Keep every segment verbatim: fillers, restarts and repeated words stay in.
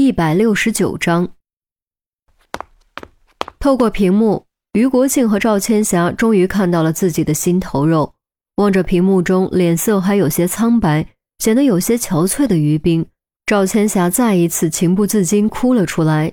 一百六十九章。透过屏幕，于国庆和赵千霞终于看到了自己的心头肉。望着屏幕中脸色还有些苍白，显得有些憔悴的于冰，赵千霞再一次情不自禁哭了出来。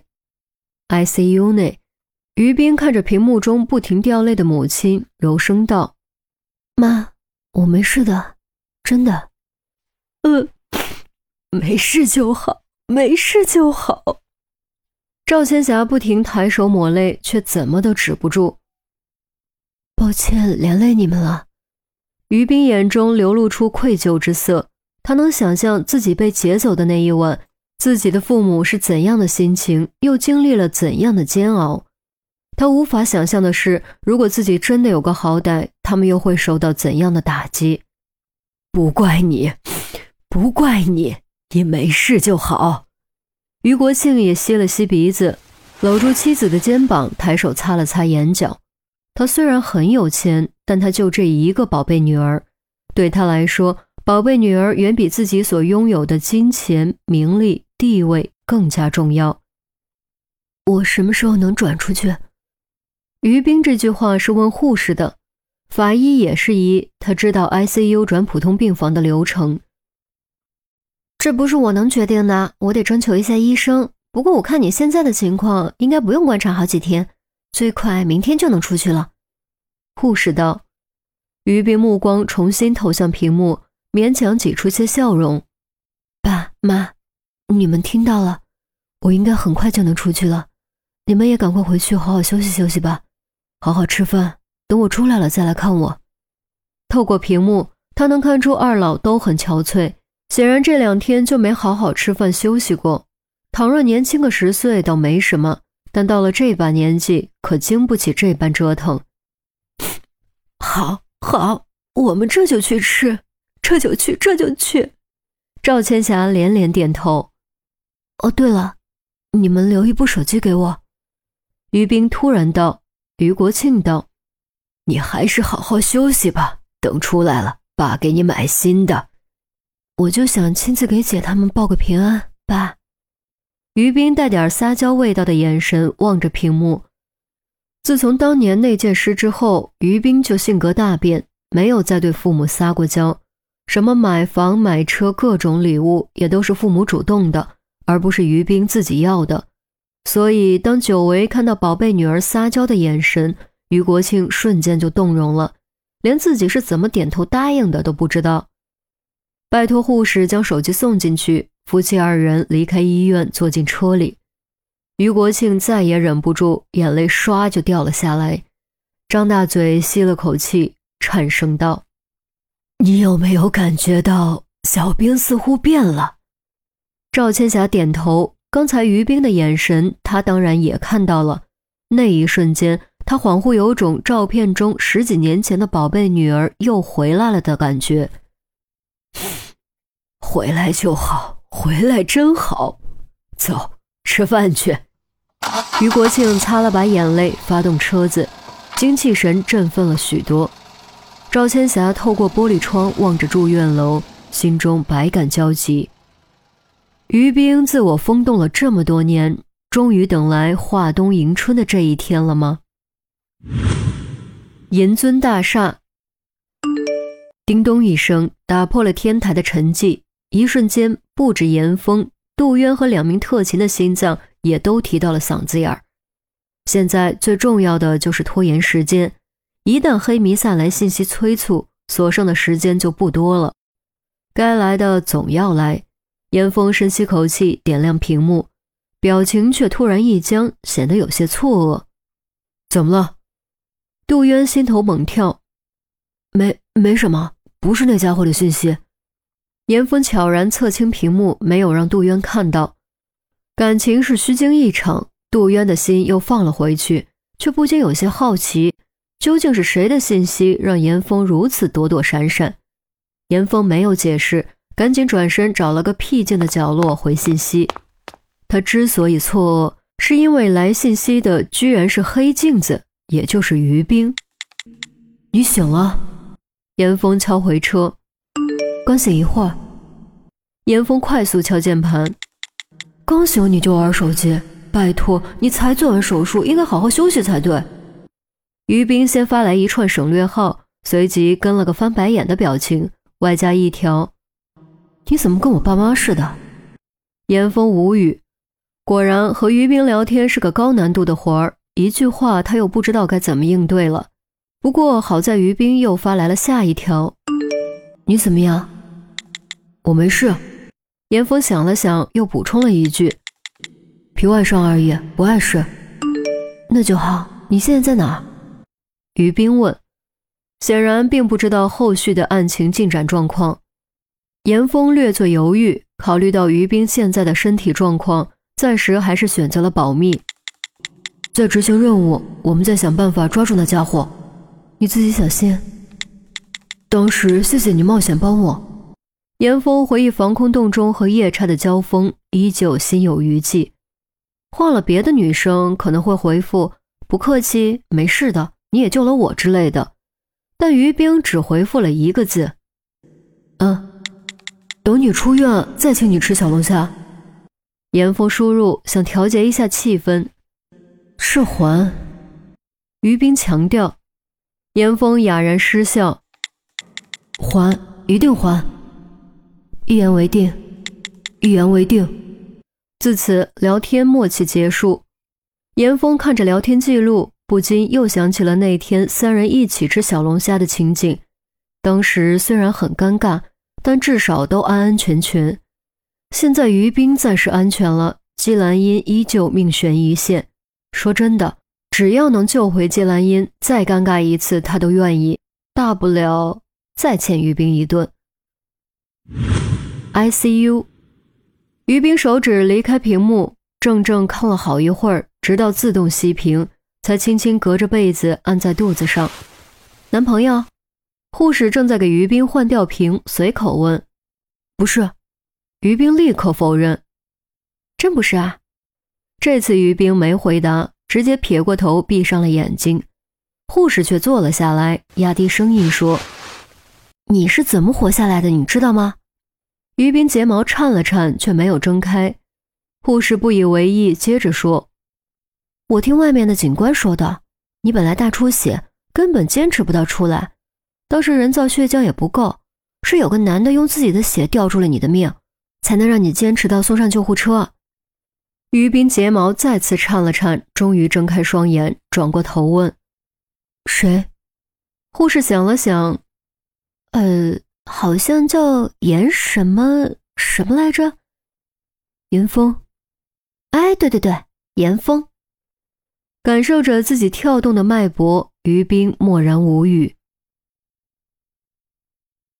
I C U 内，于冰看着屏幕中不停掉泪的母亲，柔声道：妈，我没事的，真的。 呃，没事就好，没事就好。 赵千霞不停抬手抹泪，却怎么都止不住。抱歉连累你们了。于冰眼中流露出愧疚之色，他能想象自己被劫走的那一晚，自己的父母是怎样的心情，又经历了怎样的煎熬。他无法想象的是，如果自己真的有个好歹，他们又会受到怎样的打击。 不怪你，不怪你，你没事就好。 于国庆也吸了吸鼻子，搂住妻子的肩膀，抬手擦了擦眼角。他虽然很有钱，但他就这一个宝贝女儿，对他来说，宝贝女儿远比自己所拥有的金钱、名利、地位更加重要。我什么时候能转出去？于冰这句话是问护士的，法医也是医，他知道 I C U 转普通病房的流程。这不是我能决定的，我得征求一下医生。不过我看你现在的情况，应该不用观察好几天，最快明天就能出去了。护士道。于冰目光重新投向屏幕，勉强挤出些笑容。爸妈，你们听到了，我应该很快就能出去了，你们也赶快回去好好休息休息吧，好好吃饭，等我出来了再来看我。透过屏幕，他能看出二老都很憔悴，显然这两天就没好好吃饭休息过。倘若年轻个十岁倒没什么，但到了这把年纪，可经不起这般折腾。 好，好，我们这就去吃，这就去，这就去。 赵千霞连连点头。哦，对了，你们留一部手机给我。于冰突然道。于国庆道： 你还是好好休息吧，等出来了，爸给你买新的。 我就想亲自给姐他们报个平安，爸。于冰带点撒娇味道的眼神望着屏幕。自从当年那件事之后，于冰就性格大变，没有再对父母撒过娇，什么买房买车各种礼物也都是父母主动的，而不是于冰自己要的。所以当久违看到宝贝女儿撒娇的眼神，于国庆瞬间就动容了，连自己是怎么点头答应的都不知道。拜托护士将手机送进去，夫妻二人离开医院，坐进车里。于国庆再也忍不住，眼泪唰就掉了下来，张大嘴吸了口气，颤声道： 你有没有感觉到小冰似乎变了？ 赵千霞点头，刚才于冰的眼神她当然也看到了，那一瞬间她恍惚有种照片中十几年前的宝贝女儿又回来了的感觉。 回来就好，回来真好，走，吃饭去。 于国庆擦了把眼泪，发动车子，精气神振奋了许多。赵千霞透过玻璃窗望着住院楼，心中百感交集。于冰自我风动了这么多年，终于等来华东迎春的这一天了吗？银尊大厦，叮咚一声打破了天台的沉寂，一瞬间不止严峰、杜渊和两名特勤的心脏也都提到了嗓子眼儿。现在最重要的就是拖延时间，一旦黑弥撒来信息催促，所剩的时间就不多了。该来的总要来。严峰深吸口气，点亮屏幕，表情却突然一僵，显得有些错愕。怎么了？杜渊心头猛跳。没没什么，不是那家伙的信息。严峰悄然侧倾屏幕，没有让杜渊看到。感情是虚惊一场，杜渊的心又放了回去，却不禁有些好奇，究竟是谁的信息让严峰如此躲躲闪闪？严峰没有解释，赶紧转身找了个僻静的角落回信息。他之所以错愕，是因为来信息的居然是黑镜子，也就是于冰。你醒了？严峰敲回车。刚醒一会儿。严峰快速敲键盘。 刚醒你就玩手机，拜托，你才做完手术，应该好好休息才对。于斌先发来一串省略号，随即跟了个翻白眼的表情，外加一条你怎么跟我爸妈似的。严峰无语，果然和于斌聊天是个高难度的活儿，一句话他又不知道该怎么应对了。不过好在于斌又发来了下一条，你怎么样？我没事。严峰想了想，又补充了一句，皮外伤而已，不碍事。那就好，你现在在哪儿？于斌问，显然并不知道后续的案情进展状况。严峰略作犹豫，考虑到于斌现在的身体状况，暂时还是选择了保密。在执行任务，我们再想办法抓住那家伙，你自己小心。当时谢谢你冒险帮我。严峰回忆防空洞中和夜叉的交锋，依旧心有余悸。换了别的女生可能会回复不客气，没事的，你也救了我之类的，但于冰只回复了一个字，嗯，等你出院再请你吃小龙虾。严峰输入想调节一下气氛，是还。于冰强调。严峰哑然失笑，还，一定还。一言为定，一言为定。自此聊天默契结束。严峰看着聊天记录，不禁又想起了那天三人一起吃小龙虾的情景。当时虽然很尴尬，但至少都安安全全。现在于冰暂时安全了，姬兰英依旧命悬一线。说真的，只要能救回姬兰英，再尴尬一次他都愿意，大不了再欠于冰一顿。I C U。 于冰手指离开屏幕，怔怔看了好一会儿，直到自动熄屏，才轻轻隔着被子按在肚子上。男朋友？护士正在给于冰换吊瓶，随口问。不是。于冰立刻否认。真不是啊？这次于冰没回答，直接撇过头闭上了眼睛。护士却坐了下来，压低声音说，你是怎么活下来的，你知道吗？于冰睫毛颤了颤，却没有睁开。护士不以为意，接着说，我听外面的警官说的，你本来大出血，根本坚持不到出来，当时人造血浆也不够，是有个男的用自己的血吊住了你的命，才能让你坚持到送上救护车。于冰睫毛再次颤了颤，终于睁开双眼，转过头问，谁？护士想了想，呃好像叫严什么什么来着？严峰。哎，对对对，严峰。感受着自己跳动的脉搏，于冰默然无语。